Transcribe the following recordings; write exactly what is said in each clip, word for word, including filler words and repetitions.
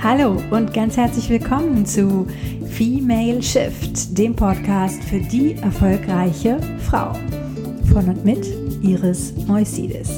Hallo und ganz herzlich willkommen zu Female Shift, dem Podcast für die erfolgreiche Frau. Von und mit Iris Moisidis.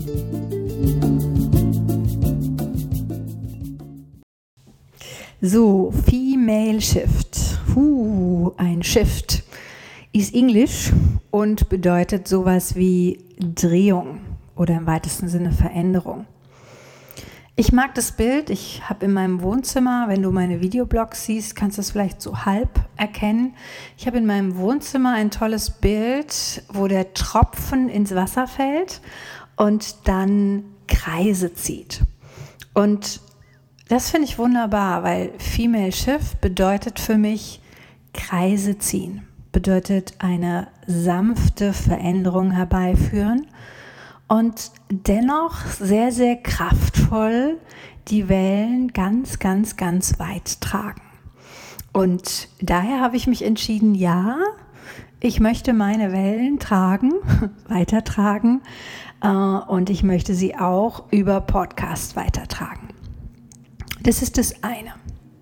So, Female Shift. Uh, ein Shift ist Englisch und bedeutet sowas wie Drehung oder im weitesten Sinne Veränderung. Ich mag das Bild, ich habe in meinem Wohnzimmer, wenn du meine Videoblogs siehst, kannst du es vielleicht so halb erkennen. Ich habe in meinem Wohnzimmer ein tolles Bild, wo der Tropfen ins Wasser fällt und dann Kreise zieht. Und das finde ich wunderbar, weil Female Shift bedeutet für mich Kreise ziehen, bedeutet eine sanfte Veränderung herbeiführen. Und dennoch sehr, sehr kraftvoll die Wellen ganz, ganz, ganz weit tragen. Und daher habe ich mich entschieden, ja, ich möchte meine Wellen tragen, weitertragen äh, und ich möchte sie auch über Podcast weitertragen. Das ist das eine.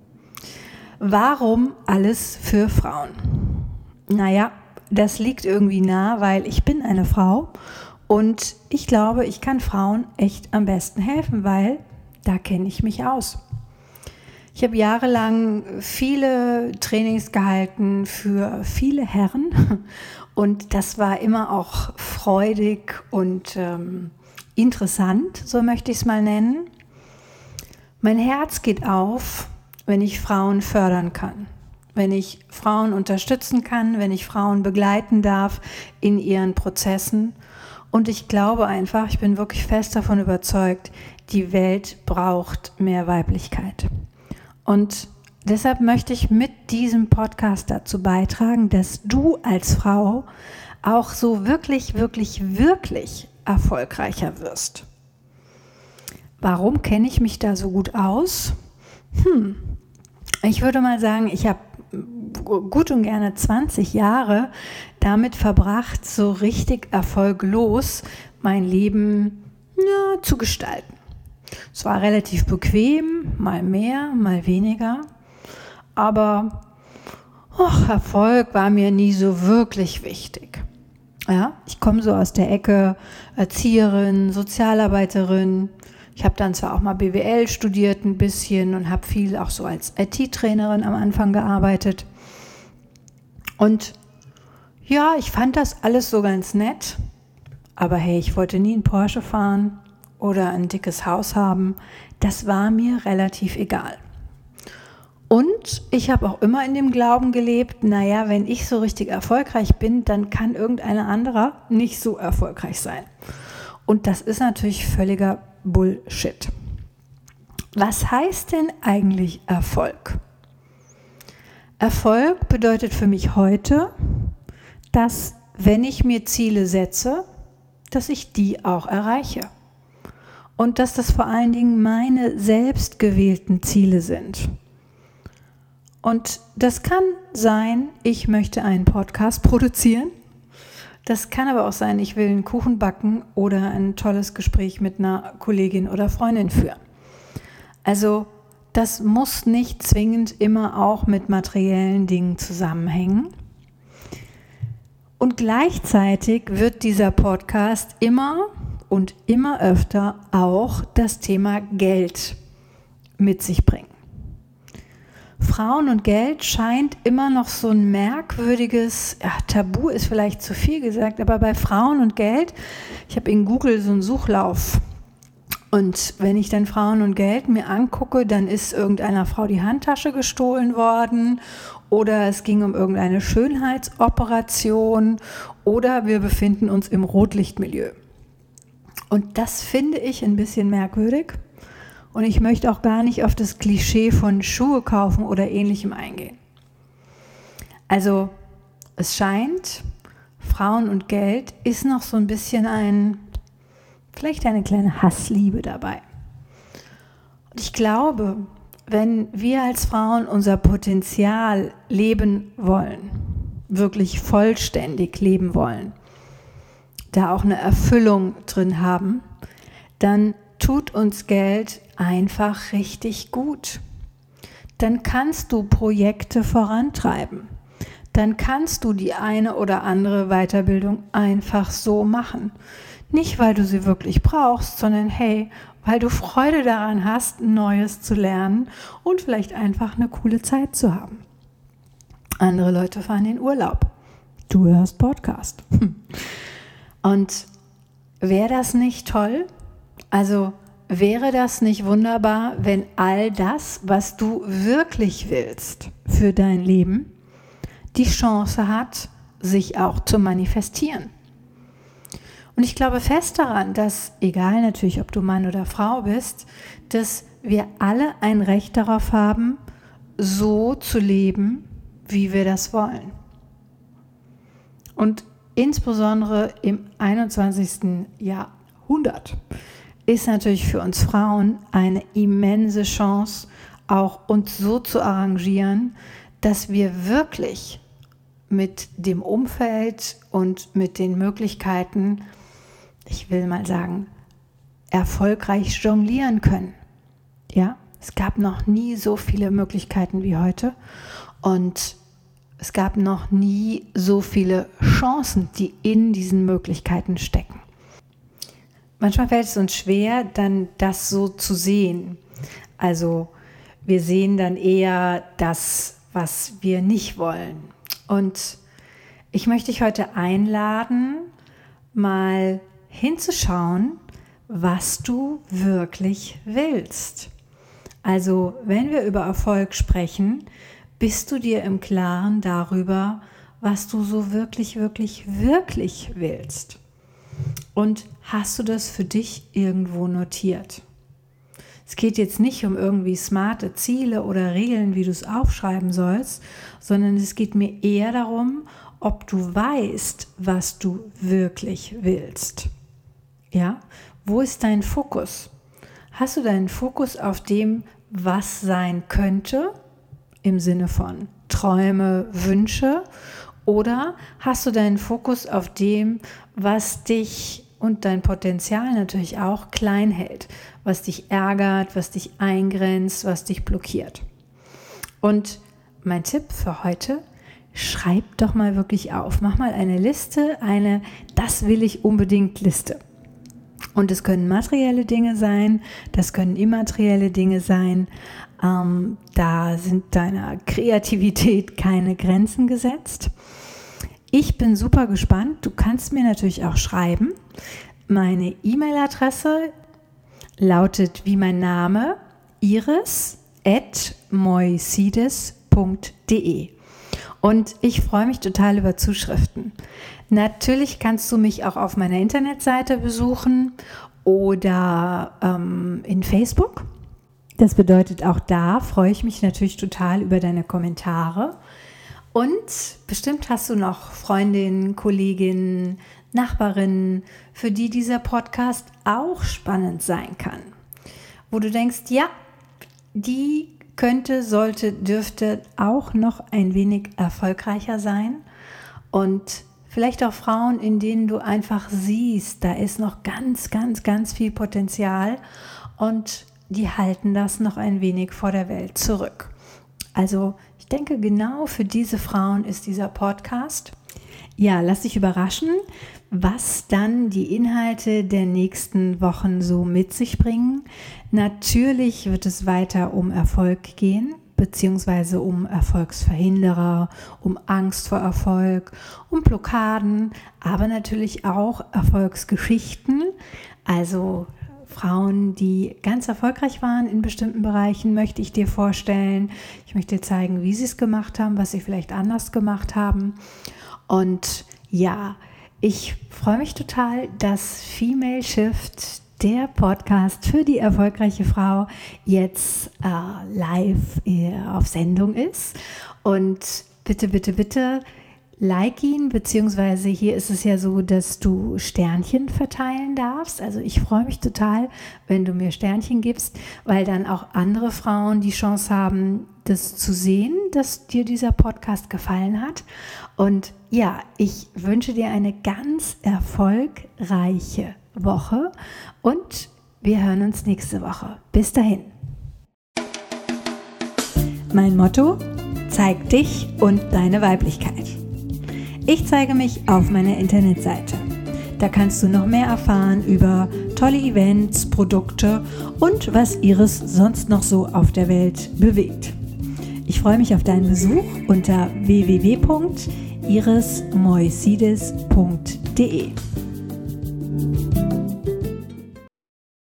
Warum alles für Frauen? Naja, das liegt irgendwie nah, weil ich bin eine Frau. Und ich glaube, ich kann Frauen echt am besten helfen, weil da kenne ich mich aus. Ich habe jahrelang viele Trainings gehalten für viele Herren und das war immer auch freudig und ähm, interessant, so möchte ich es mal nennen. Mein Herz geht auf, wenn ich Frauen fördern kann, wenn ich Frauen unterstützen kann, wenn ich Frauen begleiten darf in ihren Prozessen. Und ich glaube einfach, ich bin wirklich fest davon überzeugt, die Welt braucht mehr Weiblichkeit. Und deshalb möchte ich mit diesem Podcast dazu beitragen, dass du als Frau auch so wirklich, wirklich, wirklich erfolgreicher wirst. Warum kenne ich mich da so gut aus? Hm, ich würde mal sagen, ich habe gut und gerne zwanzig Jahre damit verbracht, so richtig erfolglos mein Leben ja, zu gestalten. Es war relativ bequem, mal mehr, mal weniger, aber oh, Erfolg war mir nie so wirklich wichtig. Ja, ich komme so aus der Ecke Erzieherin, Sozialarbeiterin. Ich habe dann zwar auch mal B W L studiert ein bisschen und habe viel auch so als I T-Trainerin am Anfang gearbeitet. Und ja, ich fand das alles so ganz nett, aber hey, ich wollte nie einen Porsche fahren oder ein dickes Haus haben. Das war mir relativ egal. Und ich habe auch immer in dem Glauben gelebt, naja, wenn ich so richtig erfolgreich bin, dann kann irgendeiner anderer nicht so erfolgreich sein. Und das ist natürlich völliger Bullshit. Was heißt denn eigentlich Erfolg? Erfolg bedeutet für mich heute, dass, wenn ich mir Ziele setze, dass ich die auch erreiche. Und dass das vor allen Dingen meine selbst gewählten Ziele sind. Und das kann sein, ich möchte einen Podcast produzieren. Das kann aber auch sein, ich will einen Kuchen backen oder ein tolles Gespräch mit einer Kollegin oder Freundin führen. Also das muss nicht zwingend immer auch mit materiellen Dingen zusammenhängen. Und gleichzeitig wird dieser Podcast immer und immer öfter auch das Thema Geld mit sich bringen. Frauen und Geld scheint immer noch so ein merkwürdiges, ja, Tabu ist vielleicht zu viel gesagt, aber bei Frauen und Geld, ich habe in Google so einen Suchlauf und wenn ich dann Frauen und Geld mir angucke, dann ist irgendeiner Frau die Handtasche gestohlen worden oder es ging um irgendeine Schönheitsoperation oder wir befinden uns im Rotlichtmilieu. Und das finde ich ein bisschen merkwürdig. Und ich möchte auch gar nicht auf das Klischee von Schuhe kaufen oder Ähnlichem eingehen. Also es scheint, Frauen und Geld ist noch so ein bisschen ein, vielleicht eine kleine Hassliebe dabei. Und ich glaube, wenn wir als Frauen unser Potenzial leben wollen, wirklich vollständig leben wollen, da auch eine Erfüllung drin haben, dann tut uns Geld einfach richtig gut. dann kannst du Projekte vorantreiben. Dann kannst du die eine oder andere Weiterbildung einfach so machen. Nicht, weil du sie wirklich brauchst, sondern hey, weil du Freude daran hast, Neues zu lernen und vielleicht einfach eine coole Zeit zu haben. Andere Leute fahren in Urlaub. Du hörst Podcast. Und wäre das nicht toll? Also wäre das nicht wunderbar, wenn all das, was du wirklich willst für dein Leben, die Chance hat, sich auch zu manifestieren? Und ich glaube fest daran, dass, egal natürlich, ob du Mann oder Frau bist, dass wir alle ein Recht darauf haben, so zu leben, wie wir das wollen. Und insbesondere im einundzwanzigsten Jahrhundert ist natürlich für uns Frauen eine immense Chance, auch uns so zu arrangieren, dass wir wirklich mit dem Umfeld und mit den Möglichkeiten, ich will mal sagen, erfolgreich jonglieren können. Ja, es gab noch nie so viele Möglichkeiten wie heute und es gab noch nie so viele Chancen, die in diesen Möglichkeiten stecken. Manchmal fällt es uns schwer, dann das so zu sehen. Also wir sehen dann eher das, was wir nicht wollen. Und ich möchte dich heute einladen, mal hinzuschauen, was du wirklich willst. Also wenn wir über Erfolg sprechen, bist du dir im Klaren darüber, was du so wirklich, wirklich, wirklich willst? Und hast du das für dich irgendwo notiert? Es geht jetzt nicht um irgendwie smarte Ziele oder Regeln, wie du es aufschreiben sollst, sondern es geht mir eher darum, ob du weißt, was du wirklich willst. Ja? Wo ist dein Fokus? Hast du deinen Fokus auf dem, was sein könnte, im Sinne von Träume, Wünsche, oder hast du deinen Fokus auf dem, was dich und dein Potenzial natürlich auch klein hält, was dich ärgert, was dich eingrenzt, was dich blockiert? Und mein Tipp für heute: Schreib doch mal wirklich auf. Mach mal eine Liste, eine Das will ich unbedingt Liste. Und es können materielle Dinge sein, das können immaterielle Dinge sein. Ähm, da sind deiner Kreativität keine Grenzen gesetzt. Ich bin super gespannt. Du kannst mir natürlich auch schreiben. Meine E-Mail-Adresse lautet wie mein Name, iris at moisides punkt de. Und ich freue mich total über Zuschriften. Natürlich kannst du mich auch auf meiner Internetseite besuchen oder ähm, in Facebook. Das bedeutet, auch da freue ich mich natürlich total über deine Kommentare. Und bestimmt hast du noch Freundinnen, Kolleginnen, Nachbarinnen, für die dieser Podcast auch spannend sein kann. Wo du denkst, ja, die könnte, sollte, dürfte auch noch ein wenig erfolgreicher sein. Und vielleicht auch Frauen, in denen du einfach siehst, da ist noch ganz, ganz, ganz viel Potenzial und die halten das noch ein wenig vor der Welt zurück. Also ich denke, genau für diese Frauen ist dieser Podcast. Ja, lass dich überraschen, was dann die Inhalte der nächsten Wochen so mit sich bringen. Natürlich wird es weiter um Erfolg gehen, beziehungsweise um Erfolgsverhinderer, um Angst vor Erfolg, um Blockaden, aber natürlich auch Erfolgsgeschichten. Also Frauen, die ganz erfolgreich waren in bestimmten Bereichen, möchte ich dir vorstellen. Ich möchte dir zeigen, wie sie es gemacht haben, was sie vielleicht anders gemacht haben. Und ja, ich freue mich total, dass Female Shift, der Podcast für die erfolgreiche Frau, jetzt äh, live äh, auf Sendung ist. Und bitte, bitte, bitte like ihn, beziehungsweise hier ist es ja so, dass du Sternchen verteilen darfst. Also ich freue mich total, wenn du mir Sternchen gibst, weil dann auch andere Frauen die Chance haben, das zu sehen, dass dir dieser Podcast gefallen hat. Und ja, ich wünsche dir eine ganz erfolgreiche Woche und wir hören uns nächste Woche. Bis dahin. Mein Motto: Zeig dich und deine Weiblichkeit. Ich zeige mich auf meiner Internetseite. Da kannst du noch mehr erfahren über tolle Events, Produkte und was Iris sonst noch so auf der Welt bewegt. Ich freue mich auf deinen Besuch unter w w w punkt iris moisidis punkt d e.